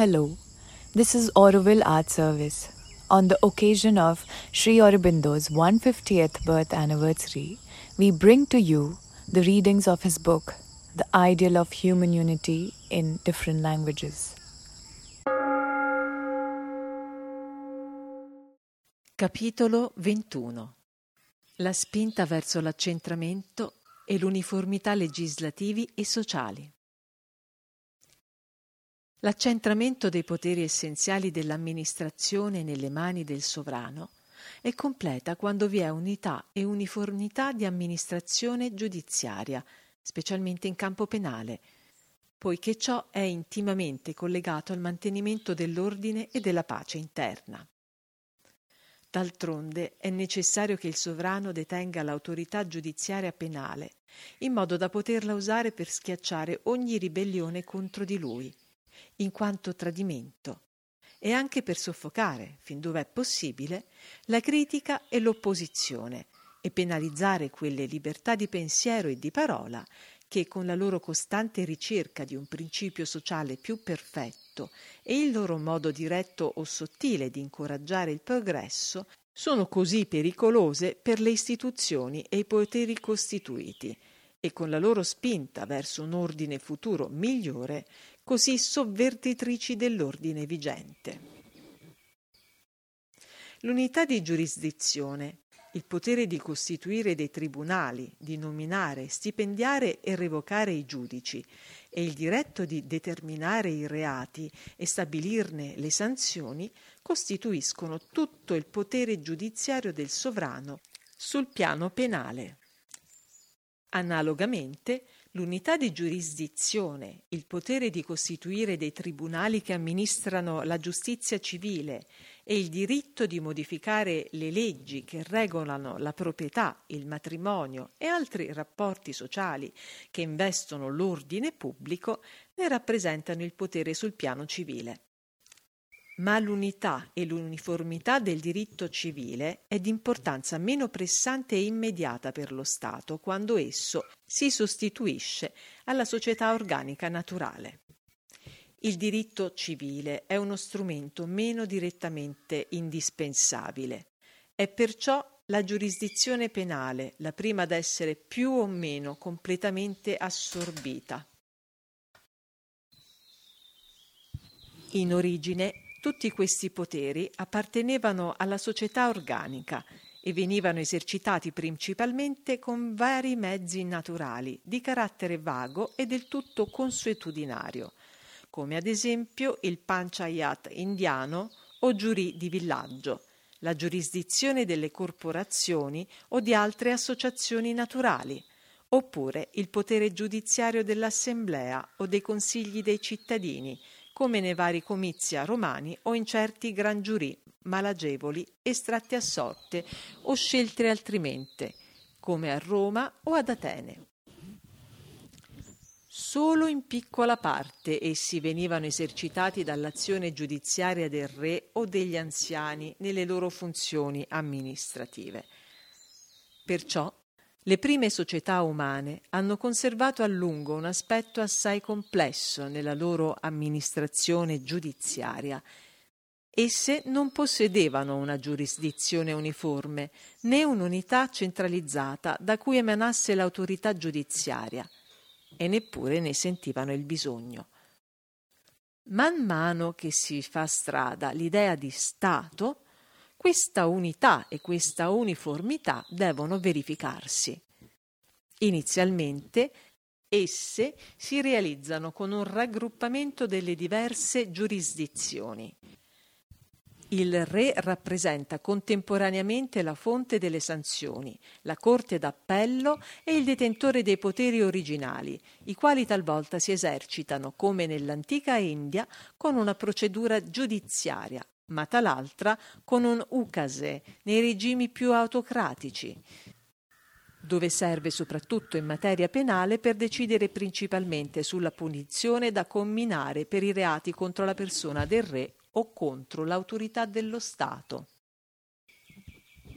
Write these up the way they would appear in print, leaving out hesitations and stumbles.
Hello, this is Auroville Art Service. On the occasion of Sri Aurobindo's 150th birth anniversary, we bring to you the readings of his book, The Ideal of Human Unity in Different Languages. Capitolo 21. La spinta verso l'accentramento e l'uniformità legislativi e sociali. L'accentramento dei poteri essenziali dell'amministrazione nelle mani del sovrano è completa quando vi è unità e uniformità di amministrazione giudiziaria, specialmente in campo penale, poiché ciò è intimamente collegato al mantenimento dell'ordine e della pace interna. D'altronde è necessario che il sovrano detenga l'autorità giudiziaria penale, in modo da poterla usare per schiacciare ogni ribellione contro di lui, in quanto tradimento, e anche per soffocare, fin dove è possibile, la critica e l'opposizione, e penalizzare quelle libertà di pensiero e di parola che, con la loro costante ricerca di un principio sociale più perfetto e il loro modo diretto o sottile di incoraggiare il progresso, sono così pericolose per le istituzioni e i poteri costituiti, e con la loro spinta verso un ordine futuro migliore, così sovvertitrici dell'ordine vigente. L'unità di giurisdizione, il potere di costituire dei tribunali, di nominare, stipendiare e revocare i giudici, e il diritto di determinare i reati e stabilirne le sanzioni, costituiscono tutto il potere giudiziario del sovrano sul piano penale. Analogamente, l'unità di giurisdizione, il potere di costituire dei tribunali che amministrano la giustizia civile e il diritto di modificare le leggi che regolano la proprietà, il matrimonio e altri rapporti sociali che investono l'ordine pubblico, ne rappresentano il potere sul piano civile. Ma l'unità e l'uniformità del diritto civile è di importanza meno pressante e immediata per lo Stato quando esso si sostituisce alla società organica naturale. Il diritto civile è uno strumento meno direttamente indispensabile. È perciò la giurisdizione penale la prima ad essere più o meno completamente assorbita. In origine, tutti questi poteri appartenevano alla società organica e venivano esercitati principalmente con vari mezzi naturali di carattere vago e del tutto consuetudinario, come ad esempio il panchayat indiano o giurì di villaggio, la giurisdizione delle corporazioni o di altre associazioni naturali, oppure il potere giudiziario dell'assemblea o dei consigli dei cittadini, come nei vari comizia romani o in certi gran giurì malagevoli estratti a sorte o scelti altrimenti, come a Roma o ad Atene. Solo in piccola parte essi venivano esercitati dall'azione giudiziaria del re o degli anziani nelle loro funzioni amministrative. Perciò le prime società umane hanno conservato a lungo un aspetto assai complesso nella loro amministrazione giudiziaria. Esse non possedevano una giurisdizione uniforme, né un'unità centralizzata da cui emanasse l'autorità giudiziaria, e neppure ne sentivano il bisogno. Man mano che si fa strada l'idea di Stato, questa unità e questa uniformità devono verificarsi. Inizialmente, esse si realizzano con un raggruppamento delle diverse giurisdizioni. Il re rappresenta contemporaneamente la fonte delle sanzioni, la corte d'appello e il detentore dei poteri originali, i quali talvolta si esercitano, come nell'antica India, con una procedura giudiziaria, ma tal'altra con un ukase nei regimi più autocratici, dove serve soprattutto in materia penale per decidere principalmente sulla punizione da comminare per i reati contro la persona del re o contro l'autorità dello Stato.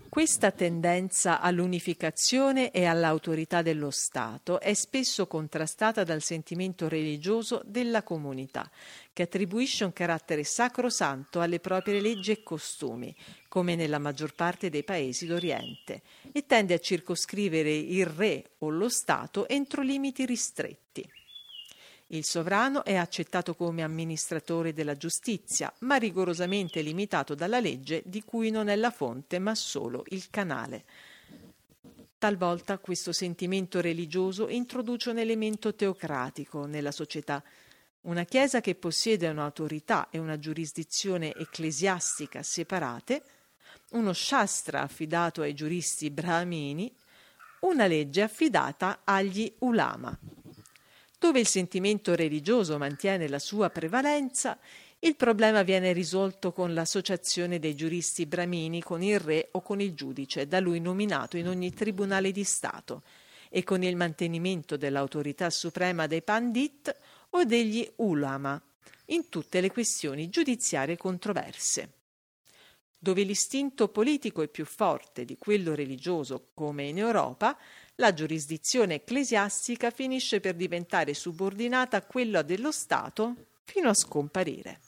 Questa tendenza all'unificazione e all'autorità dello Stato è spesso contrastata dal sentimento religioso della comunità, che attribuisce un carattere sacrosanto alle proprie leggi e costumi, come nella maggior parte dei paesi d'Oriente, e tende a circoscrivere il re o lo Stato entro limiti ristretti. Il sovrano è accettato come amministratore della giustizia, ma rigorosamente limitato dalla legge di cui non è la fonte ma solo il canale. Talvolta questo sentimento religioso introduce un elemento teocratico nella società. Una Chiesa che possiede un'autorità e una giurisdizione ecclesiastica separate, uno shastra affidato ai giuristi brahmini, una legge affidata agli ulama. Dove il sentimento religioso mantiene la sua prevalenza, il problema viene risolto con l'associazione dei giuristi brahmini con il re o con il giudice, da lui nominato in ogni tribunale di Stato, e con il mantenimento dell'autorità suprema dei pandit o degli ulama in tutte le questioni giudiziarie controverse. Dove l'istinto politico è più forte di quello religioso, come in Europa, la giurisdizione ecclesiastica finisce per diventare subordinata a quella dello Stato fino a scomparire.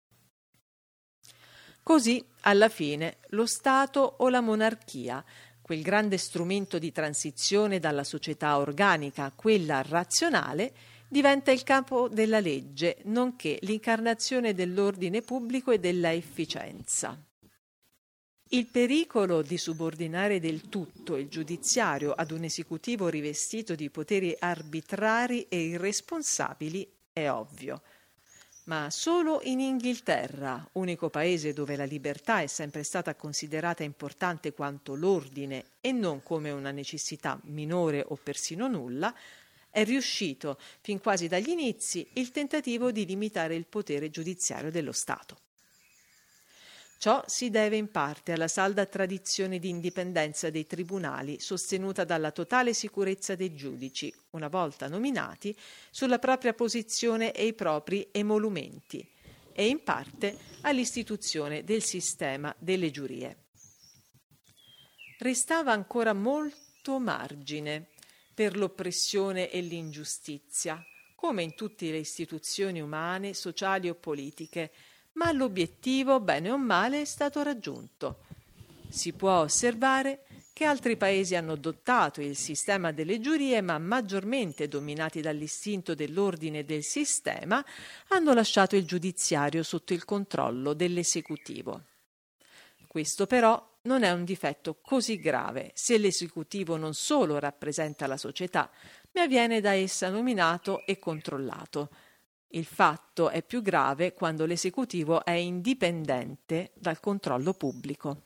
Così, alla fine, lo Stato o la monarchia, quel grande strumento di transizione dalla società organica a quella razionale, diventa il capo della legge, nonché l'incarnazione dell'ordine pubblico e della efficienza. Il pericolo di subordinare del tutto il giudiziario ad un esecutivo rivestito di poteri arbitrari e irresponsabili è ovvio. Ma solo in Inghilterra, unico paese dove la libertà è sempre stata considerata importante quanto l'ordine e non come una necessità minore o persino nulla, è riuscito, fin quasi dagli inizi, il tentativo di limitare il potere giudiziario dello Stato. Ciò si deve in parte alla salda tradizione di indipendenza dei tribunali sostenuta dalla totale sicurezza dei giudici, una volta nominati, sulla propria posizione e i propri emolumenti, e in parte all'istituzione del sistema delle giurie. Restava ancora molto margine per l'oppressione e l'ingiustizia, come in tutte le istituzioni umane, sociali o politiche, ma l'obiettivo, bene o male, è stato raggiunto. Si può osservare che altri paesi hanno adottato il sistema delle giurie, ma maggiormente dominati dall'istinto dell'ordine e del sistema, hanno lasciato il giudiziario sotto il controllo dell'esecutivo. Questo però non è un difetto così grave se l'esecutivo non solo rappresenta la società, ma viene da essa nominato e controllato. Il fatto è più grave quando l'esecutivo è indipendente dal controllo pubblico.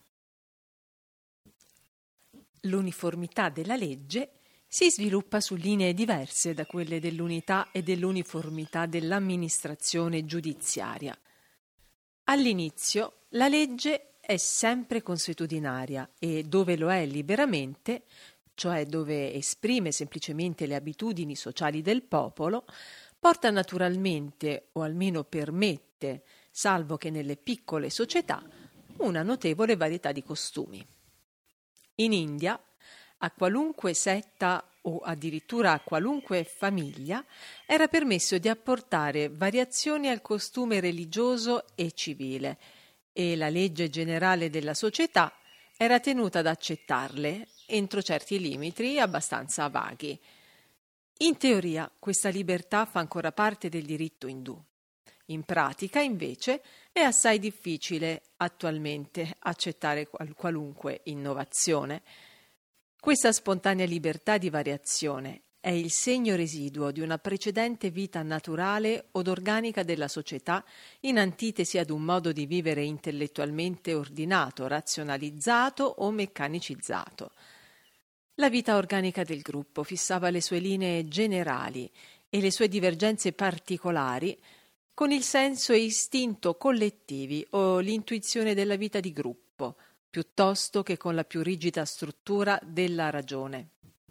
L'uniformità della legge si sviluppa su linee diverse da quelle dell'unità e dell'uniformità dell'amministrazione giudiziaria. All'inizio la legge è sempre consuetudinaria e dove lo è liberamente, cioè dove esprime semplicemente le abitudini sociali del popolo, porta naturalmente, o almeno permette, salvo che nelle piccole società, una notevole varietà di costumi. In India, a qualunque setta o addirittura a qualunque famiglia, era permesso di apportare variazioni al costume religioso e civile, e la legge generale della società era tenuta ad accettarle entro certi limiti abbastanza vaghi. In teoria questa libertà fa ancora parte del diritto indù. In pratica, invece, è assai difficile attualmente accettare qualunque innovazione. Questa spontanea libertà di variazione è il segno residuo di una precedente vita naturale od organica della società, in antitesi ad un modo di vivere intellettualmente ordinato, razionalizzato o meccanicizzato. La vita organica del gruppo fissava le sue linee generali e le sue divergenze particolari con il senso e istinto collettivi o l'intuizione della vita di gruppo, piuttosto che con la più rigida struttura della ragione.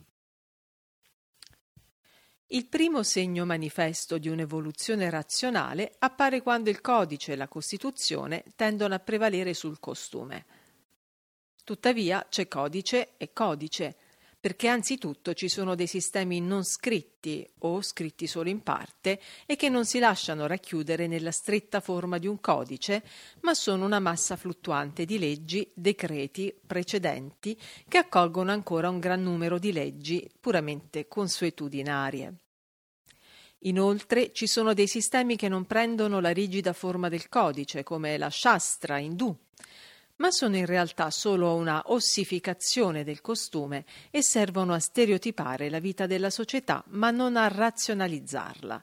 Il primo segno manifesto di un'evoluzione razionale appare quando il codice e la Costituzione tendono a prevalere sul costume. Tuttavia c'è codice e codice, perché anzitutto ci sono dei sistemi non scritti o scritti solo in parte e che non si lasciano racchiudere nella stretta forma di un codice, ma sono una massa fluttuante di leggi, decreti, precedenti che accolgono ancora un gran numero di leggi puramente consuetudinarie. Inoltre ci sono dei sistemi che non prendono la rigida forma del codice, come la Shastra indù, ma sono in realtà solo una ossificazione del costume e servono a stereotipare la vita della società, ma non a razionalizzarla.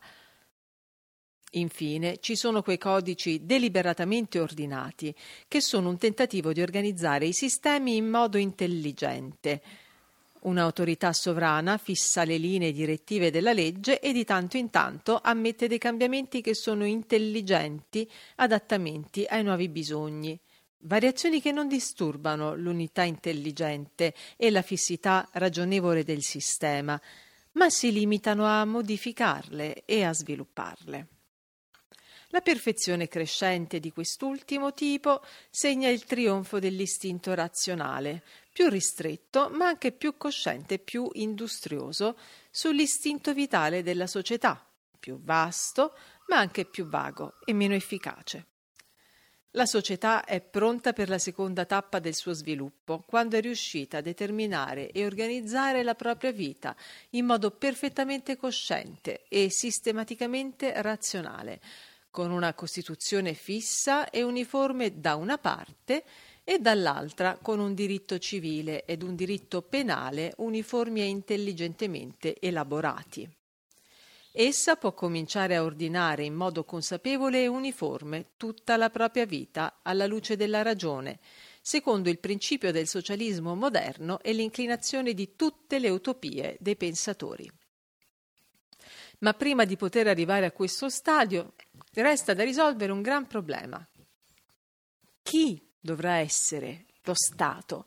Infine, ci sono quei codici deliberatamente ordinati, che sono un tentativo di organizzare i sistemi in modo intelligente. Un'autorità sovrana fissa le linee direttive della legge e di tanto in tanto ammette dei cambiamenti che sono intelligenti adattamenti ai nuovi bisogni. Variazioni che non disturbano l'unità intelligente e la fissità ragionevole del sistema, ma si limitano a modificarle e a svilupparle. La perfezione crescente di quest'ultimo tipo segna il trionfo dell'istinto razionale, più ristretto ma anche più cosciente e più industrioso, sull'istinto vitale della società, più vasto ma anche più vago e meno efficace. La società è pronta per la seconda tappa del suo sviluppo, quando è riuscita a determinare e organizzare la propria vita in modo perfettamente cosciente e sistematicamente razionale, con una Costituzione fissa e uniforme da una parte e dall'altra con un diritto civile ed un diritto penale uniformi e intelligentemente elaborati. Essa può cominciare a ordinare in modo consapevole e uniforme tutta la propria vita alla luce della ragione, secondo il principio del socialismo moderno e l'inclinazione di tutte le utopie dei pensatori. Ma prima di poter arrivare a questo stadio, resta da risolvere un gran problema. Chi dovrà essere lo Stato?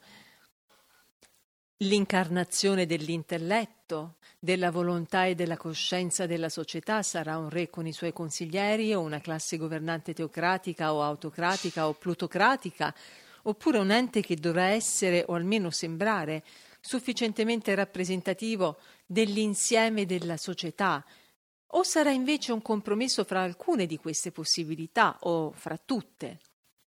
L'incarnazione dell'intelletto, della volontà e della coscienza della società sarà un re con i suoi consiglieri o una classe governante teocratica o autocratica o plutocratica, oppure un ente che dovrà essere, o almeno sembrare, sufficientemente rappresentativo dell'insieme della società, o sarà invece un compromesso fra alcune di queste possibilità o fra tutte?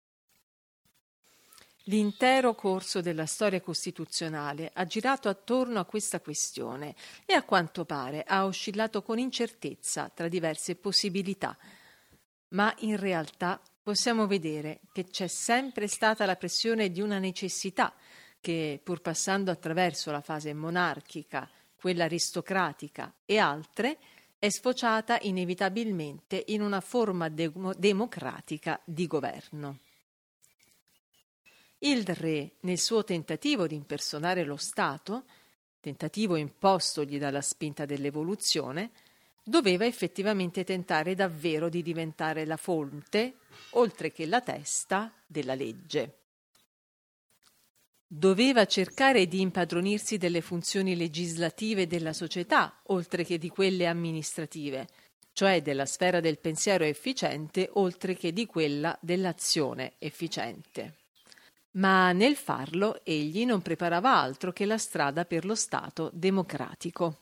L'intero corso della storia costituzionale ha girato attorno a questa questione e a quanto pare ha oscillato con incertezza tra diverse possibilità. Ma in realtà possiamo vedere che c'è sempre stata la pressione di una necessità che, pur passando attraverso la fase monarchica, quella aristocratica e altre, è sfociata inevitabilmente in una forma democratica di governo. Il re, nel suo tentativo di impersonare lo Stato, tentativo impostogli dalla spinta dell'evoluzione, doveva effettivamente tentare davvero di diventare la fonte, oltre che la testa, della legge. Doveva cercare di impadronirsi delle funzioni legislative della società, oltre che di quelle amministrative, cioè della sfera del pensiero efficiente, oltre che di quella dell'azione efficiente. Ma nel farlo egli non preparava altro che la strada per lo Stato democratico.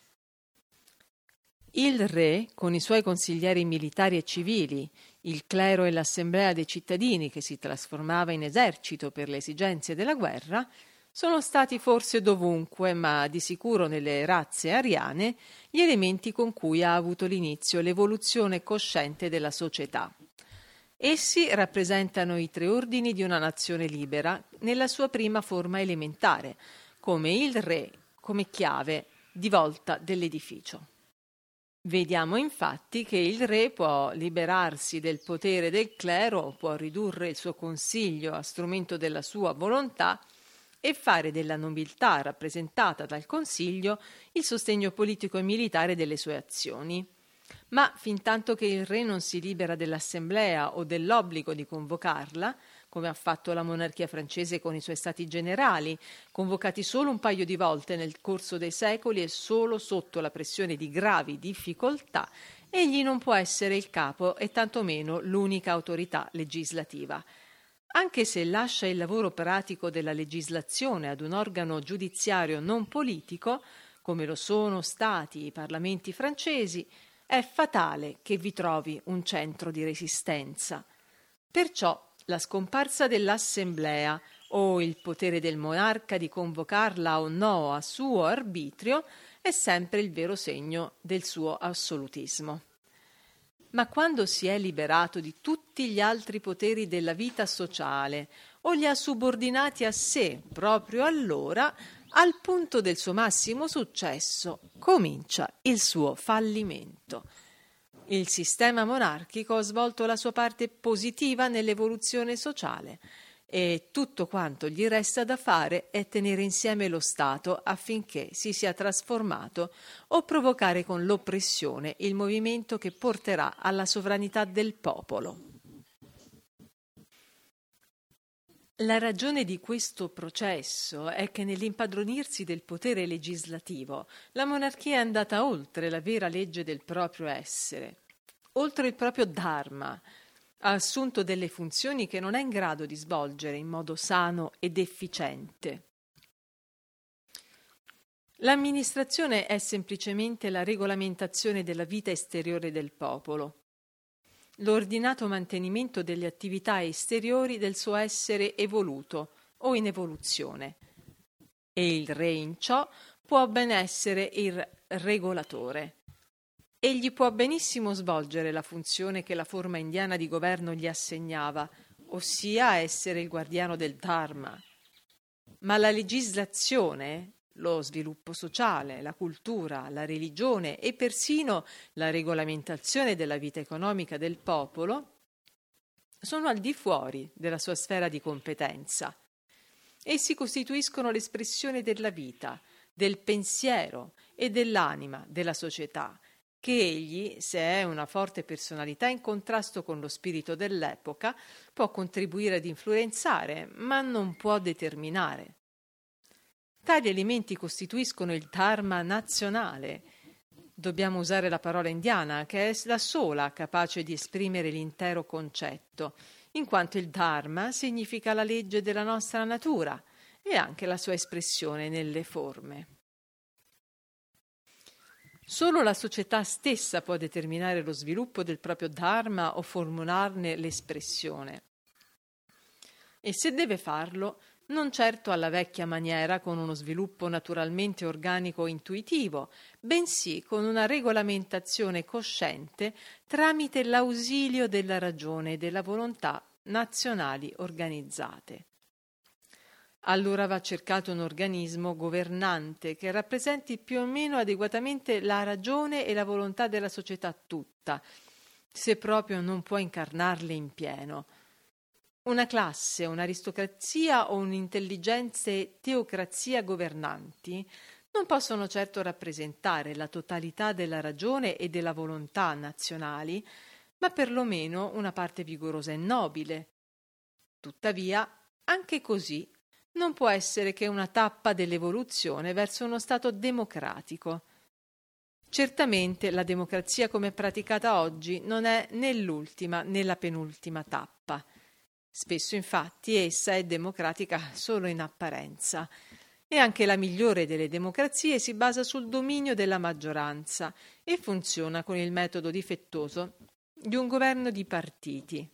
Il re, con i suoi consiglieri militari e civili, il clero e l'assemblea dei cittadini che si trasformava in esercito per le esigenze della guerra, sono stati forse dovunque, ma di sicuro nelle razze ariane, gli elementi con cui ha avuto l'inizio l'evoluzione cosciente della società. Essi rappresentano i tre ordini di una nazione libera nella sua prima forma elementare, come il re, come chiave di volta dell'edificio. Vediamo infatti che il re può liberarsi del potere del clero, può ridurre il suo consiglio a strumento della sua volontà e fare della nobiltà rappresentata dal consiglio il sostegno politico e militare delle sue azioni. Ma fintanto che il re non si libera dell'assemblea o dell'obbligo di convocarla, come ha fatto la monarchia francese con i suoi stati generali, convocati solo un paio di volte nel corso dei secoli e solo sotto la pressione di gravi difficoltà, egli non può essere il capo e tantomeno l'unica autorità legislativa. anche se lascia il lavoro pratico della legislazione ad un organo giudiziario non politico, come lo sono stati i parlamenti francesi, è fatale che vi trovi un centro di resistenza. Perciò la scomparsa dell'assemblea o il potere del monarca di convocarla o no a suo arbitrio è sempre il vero segno del suo assolutismo. Ma quando si è liberato di tutti gli altri poteri della vita sociale o li ha subordinati a sé, proprio allora, al punto del suo massimo successo, comincia il suo fallimento. Il sistema monarchico ha svolto la sua parte positiva nell'evoluzione sociale e tutto quanto gli resta da fare è tenere insieme lo Stato affinché si sia trasformato o provocare con l'oppressione il movimento che porterà alla sovranità del popolo. La ragione di questo processo è che nell'impadronirsi del potere legislativo la monarchia è andata oltre la vera legge del proprio essere, oltre il proprio dharma, ha assunto delle funzioni che non è in grado di svolgere in modo sano ed efficiente. L'amministrazione è semplicemente la regolamentazione della vita esteriore del popolo, l'ordinato mantenimento delle attività esteriori del suo essere evoluto o in evoluzione. E il re in ciò può ben essere il regolatore. Egli può benissimo svolgere la funzione che la forma indiana di governo gli assegnava, ossia essere il guardiano del Dharma. Ma la legislazione, lo sviluppo sociale, la cultura, la religione e persino la regolamentazione della vita economica del popolo sono al di fuori della sua sfera di competenza. Essi costituiscono l'espressione della vita, del pensiero e dell'anima della società, che egli, se è una forte personalità in contrasto con lo spirito dell'epoca, può contribuire ad influenzare, ma non può determinare. Tali elementi costituiscono il dharma nazionale. Dobbiamo usare la parola indiana, che è la sola capace di esprimere l'intero concetto, in quanto il dharma significa la legge della nostra natura e anche la sua espressione nelle forme. Solo la società stessa può determinare lo sviluppo del proprio dharma o formularne l'espressione. E se deve farlo, non certo alla vecchia maniera con uno sviluppo naturalmente organico e intuitivo, bensì con una regolamentazione cosciente tramite l'ausilio della ragione e della volontà nazionali organizzate. Allora va cercato un organismo governante che rappresenti più o meno adeguatamente la ragione e la volontà della società tutta, se proprio non può incarnarle in pieno. Una classe, un'aristocrazia o un'intelligenze teocrazia governanti non possono certo rappresentare la totalità della ragione e della volontà nazionali, ma perlomeno una parte vigorosa e nobile. Tuttavia, anche così, non può essere che una tappa dell'evoluzione verso uno Stato democratico. Certamente la democrazia come praticata oggi non è né l'ultima né la penultima tappa. Spesso infatti essa è democratica solo in apparenza e anche la migliore delle democrazie si basa sul dominio della maggioranza e funziona con il metodo difettoso di un governo di partiti.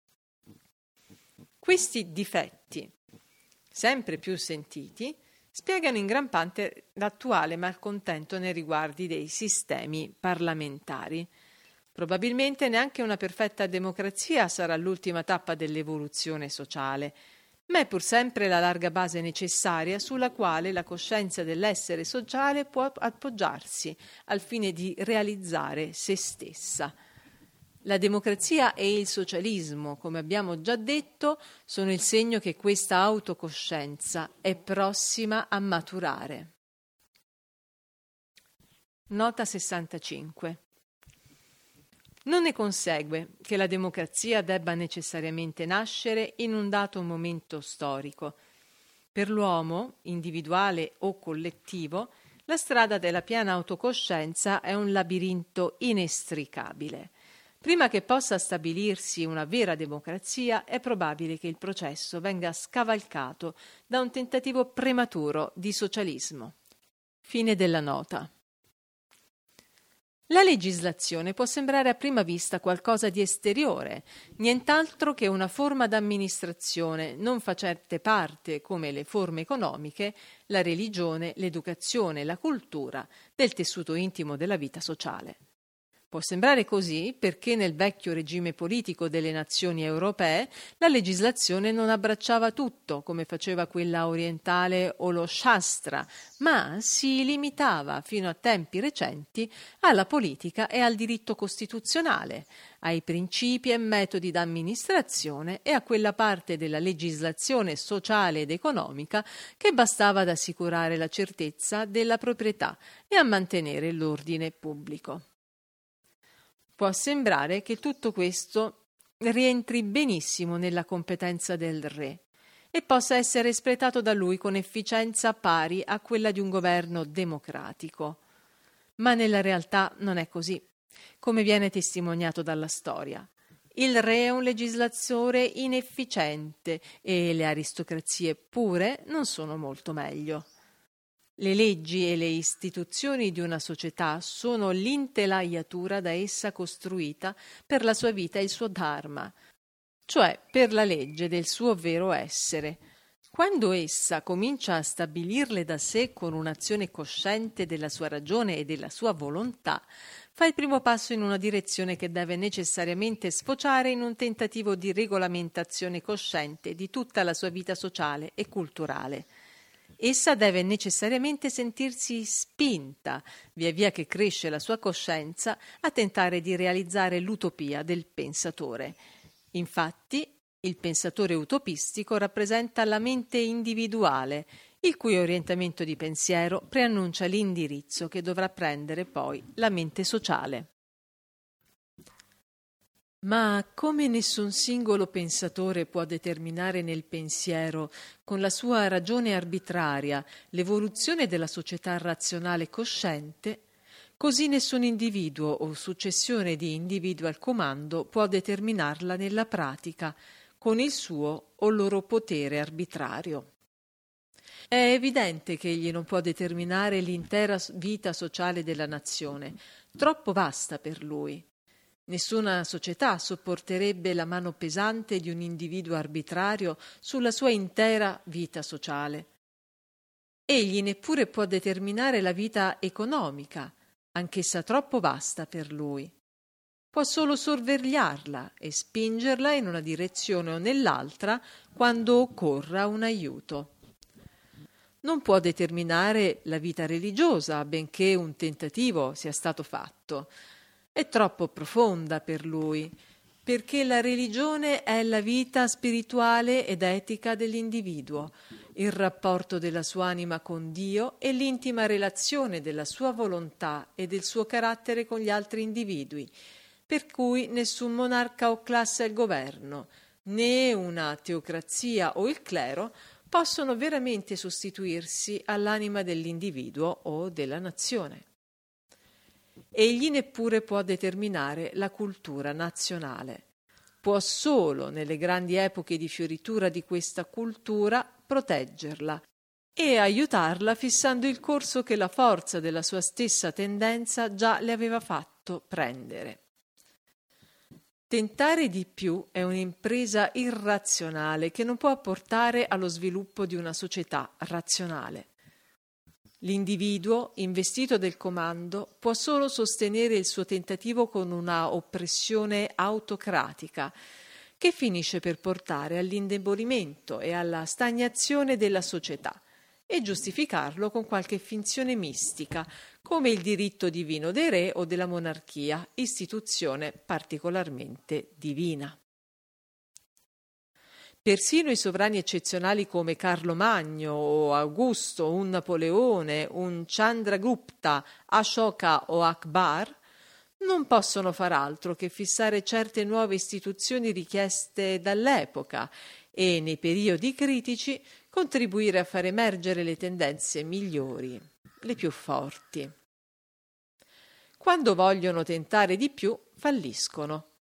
Questi difetti, sempre più sentiti, spiegano in gran parte l'attuale malcontento nei riguardi dei sistemi parlamentari. Probabilmente neanche una perfetta democrazia sarà l'ultima tappa dell'evoluzione sociale, ma è pur sempre la larga base necessaria sulla quale la coscienza dell'essere sociale può appoggiarsi al fine di realizzare se stessa. La democrazia e il socialismo, come abbiamo già detto, sono il segno che questa autocoscienza è prossima a maturare. Nota 65. Non ne consegue che la democrazia debba necessariamente nascere in un dato momento storico. Per l'uomo, individuale o collettivo, la strada della piena autocoscienza è un labirinto inestricabile. Prima che possa stabilirsi una vera democrazia, è probabile che il processo venga scavalcato da un tentativo prematuro di socialismo. Fine della nota. La legislazione può sembrare a prima vista qualcosa di esteriore, nient'altro che una forma d'amministrazione non facente parte, come le forme economiche, la religione, l'educazione, la cultura, del tessuto intimo della vita sociale. Può sembrare così perché nel vecchio regime politico delle nazioni europee la legislazione non abbracciava tutto, come faceva quella orientale o lo Shastra, ma si limitava fino a tempi recenti alla politica e al diritto costituzionale, ai principi e metodi d'amministrazione e a quella parte della legislazione sociale ed economica che bastava ad assicurare la certezza della proprietà e a mantenere l'ordine pubblico. Può sembrare che tutto questo rientri benissimo nella competenza del re e possa essere espletato da lui con efficienza pari a quella di un governo democratico. Ma nella realtà non è così, come viene testimoniato dalla storia. Il re è un legislatore inefficiente e le aristocrazie pure non sono molto meglio. Le leggi e le istituzioni di una società sono l'intelaiatura da essa costruita per la sua vita e il suo dharma, cioè per la legge del suo vero essere. Quando essa comincia a stabilirle da sé con un'azione cosciente della sua ragione e della sua volontà, fa il primo passo in una direzione che deve necessariamente sfociare in un tentativo di regolamentazione cosciente di tutta la sua vita sociale e culturale. Essa deve necessariamente sentirsi spinta, via via che cresce la sua coscienza, a tentare di realizzare l'utopia del pensatore. Infatti, il pensatore utopistico rappresenta la mente individuale, il cui orientamento di pensiero preannuncia l'indirizzo che dovrà prendere poi la mente sociale. Ma come nessun singolo pensatore può determinare nel pensiero, con la sua ragione arbitraria, l'evoluzione della società razionale cosciente, così nessun individuo o successione di individui al comando può determinarla nella pratica, con il suo o loro potere arbitrario. È evidente che egli non può determinare l'intera vita sociale della nazione, troppo vasta per lui. Nessuna società sopporterebbe la mano pesante di un individuo arbitrario sulla sua intera vita sociale. Egli neppure può determinare la vita economica, anch'essa troppo vasta per lui. Può solo sorvegliarla e spingerla in una direzione o nell'altra quando occorra un aiuto. Non può determinare la vita religiosa, benché un tentativo sia stato fatto. È troppo profonda per lui, perché la religione è la vita spirituale ed etica dell'individuo, il rapporto della sua anima con Dio e l'intima relazione della sua volontà e del suo carattere con gli altri individui, per cui nessun monarca o classe al governo, né una teocrazia o il clero possono veramente sostituirsi all'anima dell'individuo o della nazione. Egli neppure può determinare la cultura nazionale. Può solo, nelle grandi epoche di fioritura di questa cultura, proteggerla e aiutarla fissando il corso che la forza della sua stessa tendenza già le aveva fatto prendere. Tentare di più è un'impresa irrazionale che non può portare allo sviluppo di una società razionale. L'individuo, investito del comando, può solo sostenere il suo tentativo con una oppressione autocratica che finisce per portare all'indebolimento e alla stagnazione della società e giustificarlo con qualche finzione mistica, come il diritto divino dei re o della monarchia, istituzione particolarmente divina. Persino i sovrani eccezionali come Carlo Magno o Augusto, un Napoleone, un Chandragupta, Ashoka o Akbar non possono far altro che fissare certe nuove istituzioni richieste dall'epoca e, nei periodi critici, contribuire a far emergere le tendenze migliori, le più forti. Quando vogliono tentare di più, falliscono.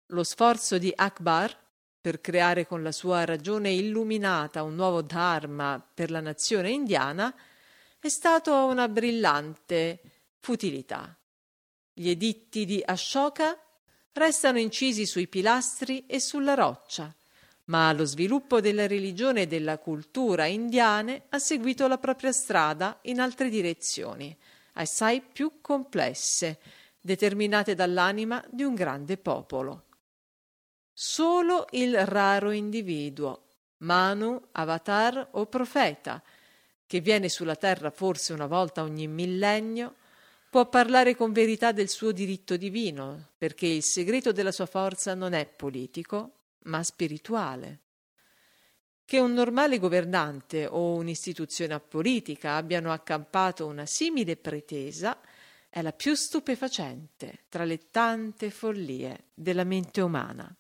Lo sforzo di Akbar per creare con la sua ragione illuminata un nuovo dharma per la nazione indiana è stato una brillante futilità. Gli editti di Ashoka restano incisi sui pilastri e sulla roccia, ma lo sviluppo della religione e della cultura indiane ha seguito la propria strada in altre direzioni, assai più complesse, determinate dall'anima di un grande popolo. Solo il raro individuo, Manu, avatar o profeta, che viene sulla terra forse una volta ogni millennio, può parlare con verità del suo diritto divino, perché il segreto della sua forza non è politico, ma spirituale. Che un normale governante o un'istituzione politica abbiano accampato una simile pretesa è la più stupefacente tra le tante follie della mente umana.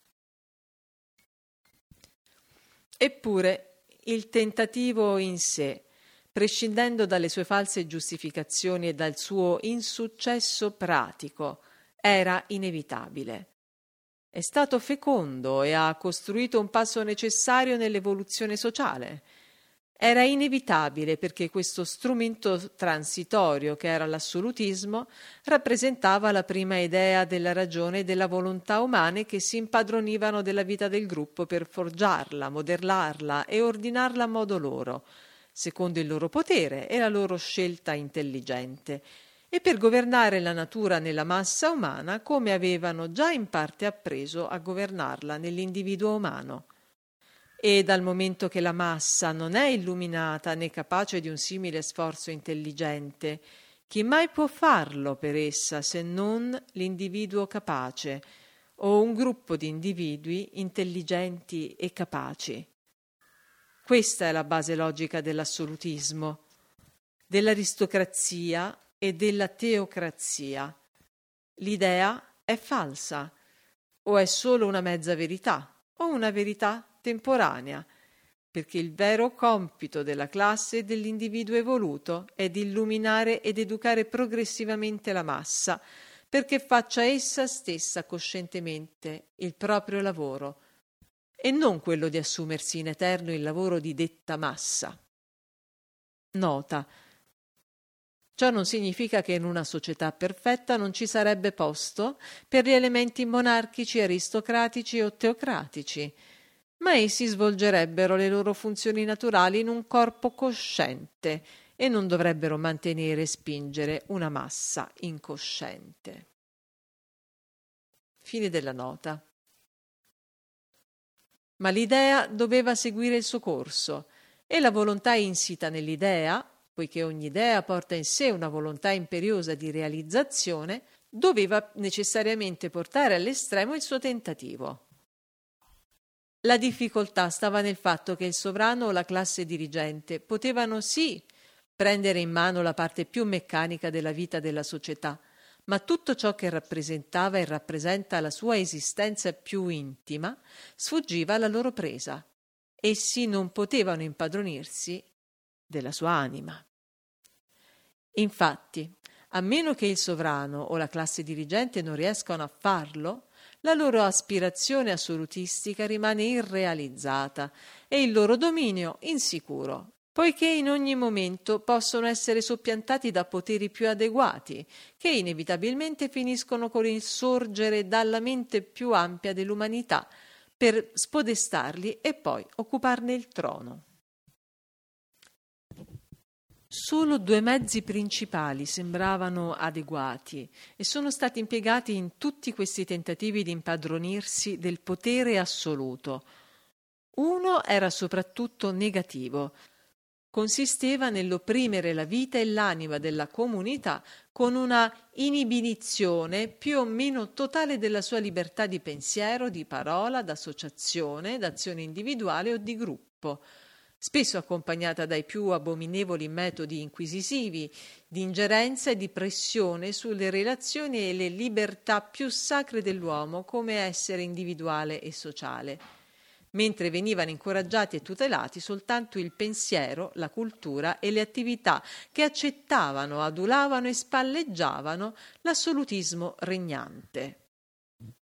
Eppure il tentativo in sé, prescindendo dalle sue false giustificazioni e dal suo insuccesso pratico, era inevitabile. È stato fecondo e ha costruito un passo necessario nell'evoluzione sociale. Era inevitabile perché questo strumento transitorio che era l'assolutismo rappresentava la prima idea della ragione e della volontà umane che si impadronivano della vita del gruppo per forgiarla, modellarla e ordinarla a modo loro, secondo il loro potere e la loro scelta intelligente, e per governare la natura nella massa umana come avevano già in parte appreso a governarla nell'individuo umano. E dal momento che la massa non è illuminata né capace di un simile sforzo intelligente, chi mai può farlo per essa se non l'individuo capace o un gruppo di individui intelligenti e capaci? Questa è la base logica dell'assolutismo, dell'aristocrazia e della teocrazia. L'idea è falsa, o è solo una mezza verità, o una verità temporanea, perché il vero compito della classe e dell'individuo evoluto è di illuminare ed educare progressivamente la massa, perché faccia essa stessa coscientemente il proprio lavoro, e non quello di assumersi in eterno il lavoro di detta massa. Nota: ciò non significa che in una società perfetta non ci sarebbe posto per gli elementi monarchici, aristocratici o teocratici, ma essi svolgerebbero le loro funzioni naturali in un corpo cosciente e non dovrebbero mantenere e spingere una massa incosciente. Fine della nota. Ma l'idea doveva seguire il suo corso e la volontà insita nell'idea, poiché ogni idea porta in sé una volontà imperiosa di realizzazione, doveva necessariamente portare all'estremo il suo tentativo. La difficoltà stava nel fatto che il sovrano o la classe dirigente potevano sì prendere in mano la parte più meccanica della vita della società, ma tutto ciò che rappresentava e rappresenta la sua esistenza più intima sfuggiva alla loro presa. Essi non potevano impadronirsi della sua anima. Infatti, a meno che il sovrano o la classe dirigente non riescano a farlo, la loro aspirazione assolutistica rimane irrealizzata e il loro dominio insicuro, poiché in ogni momento possono essere soppiantati da poteri più adeguati, che inevitabilmente finiscono con il sorgere dalla mente più ampia dell'umanità per spodestarli e poi occuparne il trono. Solo 2 mezzi principali sembravano adeguati e sono stati impiegati in tutti questi tentativi di impadronirsi del potere assoluto. Uno era soprattutto negativo. Consisteva nell'opprimere la vita e l'anima della comunità con una inibizione più o meno totale della sua libertà di pensiero, di parola, d'associazione, d'azione individuale o di gruppo, spesso accompagnata dai più abominevoli metodi inquisitivi, di ingerenza e di pressione sulle relazioni e le libertà più sacre dell'uomo come essere individuale e sociale, mentre venivano incoraggiati e tutelati soltanto il pensiero, la cultura e le attività che accettavano, adulavano e spalleggiavano l'assolutismo regnante.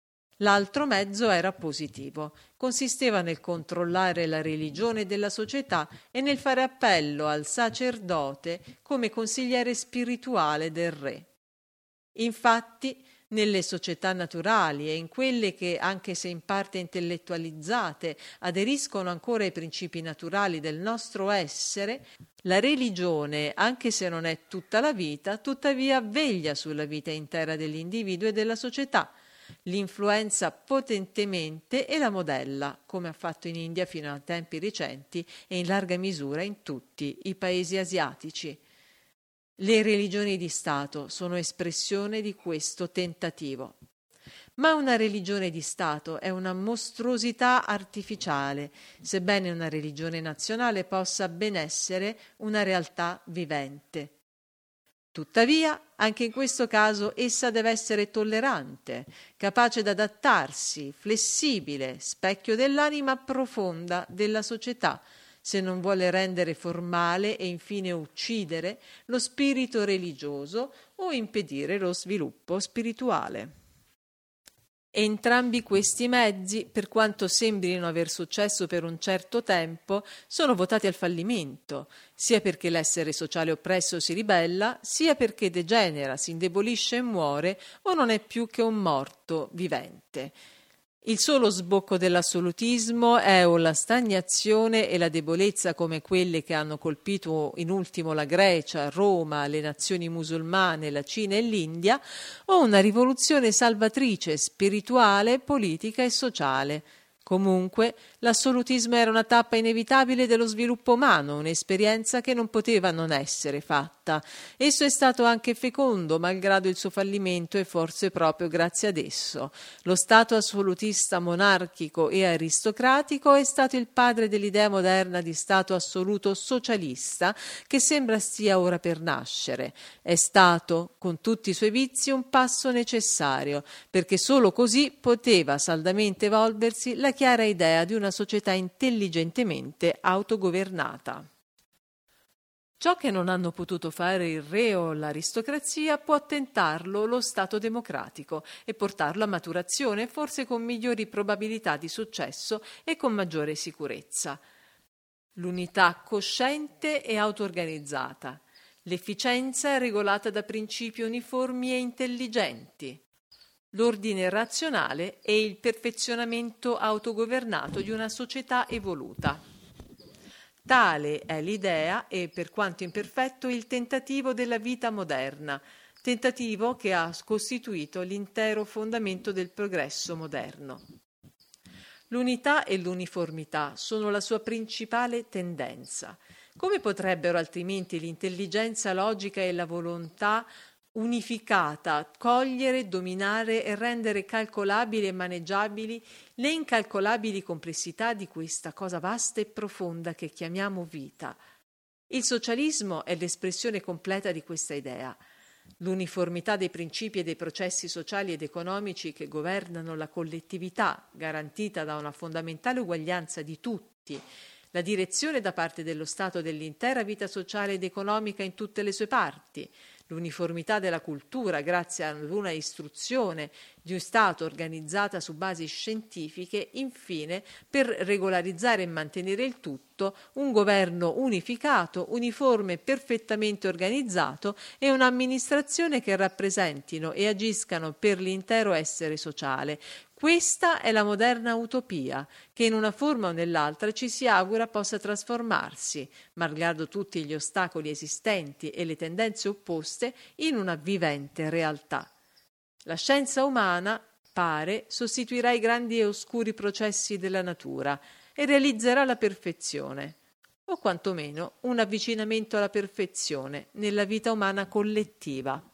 L'altro mezzo era positivo, consisteva nel controllare la religione della società e nel fare appello al sacerdote come consigliere spirituale del re. Infatti, nelle società naturali e in quelle che, anche se in parte intellettualizzate, aderiscono ancora ai principi naturali del nostro essere, la religione, anche se non è tutta la vita, tuttavia veglia sulla vita intera dell'individuo e della società, l'influenza potentemente e la modella, come ha fatto in India fino a tempi recenti e in larga misura in tutti i paesi asiatici. Le religioni di Stato sono espressione di questo tentativo. Ma una religione di Stato è una mostruosità artificiale, sebbene una religione nazionale possa ben essere una realtà vivente. Tuttavia, anche in questo caso essa deve essere tollerante, capace d'adattarsi, flessibile, specchio dell'anima profonda della società, se non vuole rendere formale e infine uccidere lo spirito religioso o impedire lo sviluppo spirituale. Entrambi questi mezzi, per quanto sembrino aver successo per un certo tempo, sono votati al fallimento, sia perché l'essere sociale oppresso si ribella, sia perché degenera, si indebolisce e muore o non è più che un morto vivente. Il solo sbocco dell'assolutismo è o la stagnazione e la debolezza come quelle che hanno colpito in ultimo la Grecia, Roma, le nazioni musulmane, la Cina e l'India, o una rivoluzione salvatrice, spirituale, politica e sociale. Comunque, l'assolutismo era una tappa inevitabile dello sviluppo umano, un'esperienza che non poteva non essere fatta. Esso è stato anche fecondo, malgrado il suo fallimento e forse proprio grazie ad esso. Lo Stato assolutista monarchico e aristocratico è stato il padre dell'idea moderna di Stato assoluto socialista che sembra stia ora per nascere. È stato, con tutti i suoi vizi, un passo necessario, perché solo così poteva saldamente evolversi la chiara idea di una società intelligentemente autogovernata. Ciò che non hanno potuto fare il re o l'aristocrazia può tentarlo lo Stato democratico e portarlo a maturazione, forse con migliori probabilità di successo e con maggiore sicurezza. L'unità cosciente e auto-organizzata, l'efficienza è regolata da principi uniformi e intelligenti, l'ordine razionale e il perfezionamento autogovernato di una società evoluta. Tale è l'idea e, per quanto imperfetto, il tentativo della vita moderna, tentativo che ha costituito l'intero fondamento del progresso moderno. L'unità e l'uniformità sono la sua principale tendenza. Come potrebbero altrimenti l'intelligenza logica e la volontà unificata cogliere, dominare e rendere calcolabili e maneggiabili le incalcolabili complessità di questa cosa vasta e profonda che chiamiamo vita? Il socialismo è l'espressione completa di questa idea. L'uniformità dei principi e dei processi sociali ed economici che governano la collettività, garantita da una fondamentale uguaglianza di tutti, la direzione da parte dello Stato dell'intera vita sociale ed economica in tutte le sue parti, l'uniformità della cultura grazie ad una istruzione di un Stato organizzata su basi scientifiche, infine, per regolarizzare e mantenere il tutto, un governo unificato, uniforme, perfettamente organizzato e un'amministrazione che rappresentino e agiscano per l'intero essere sociale. Questa è la moderna utopia, che in una forma o nell'altra ci si augura possa trasformarsi, malgrado tutti gli ostacoli esistenti e le tendenze opposte, in una vivente realtà. La scienza umana, pare, sostituirà i grandi e oscuri processi della natura e realizzerà la perfezione, o quantomeno un avvicinamento alla perfezione nella vita umana collettiva.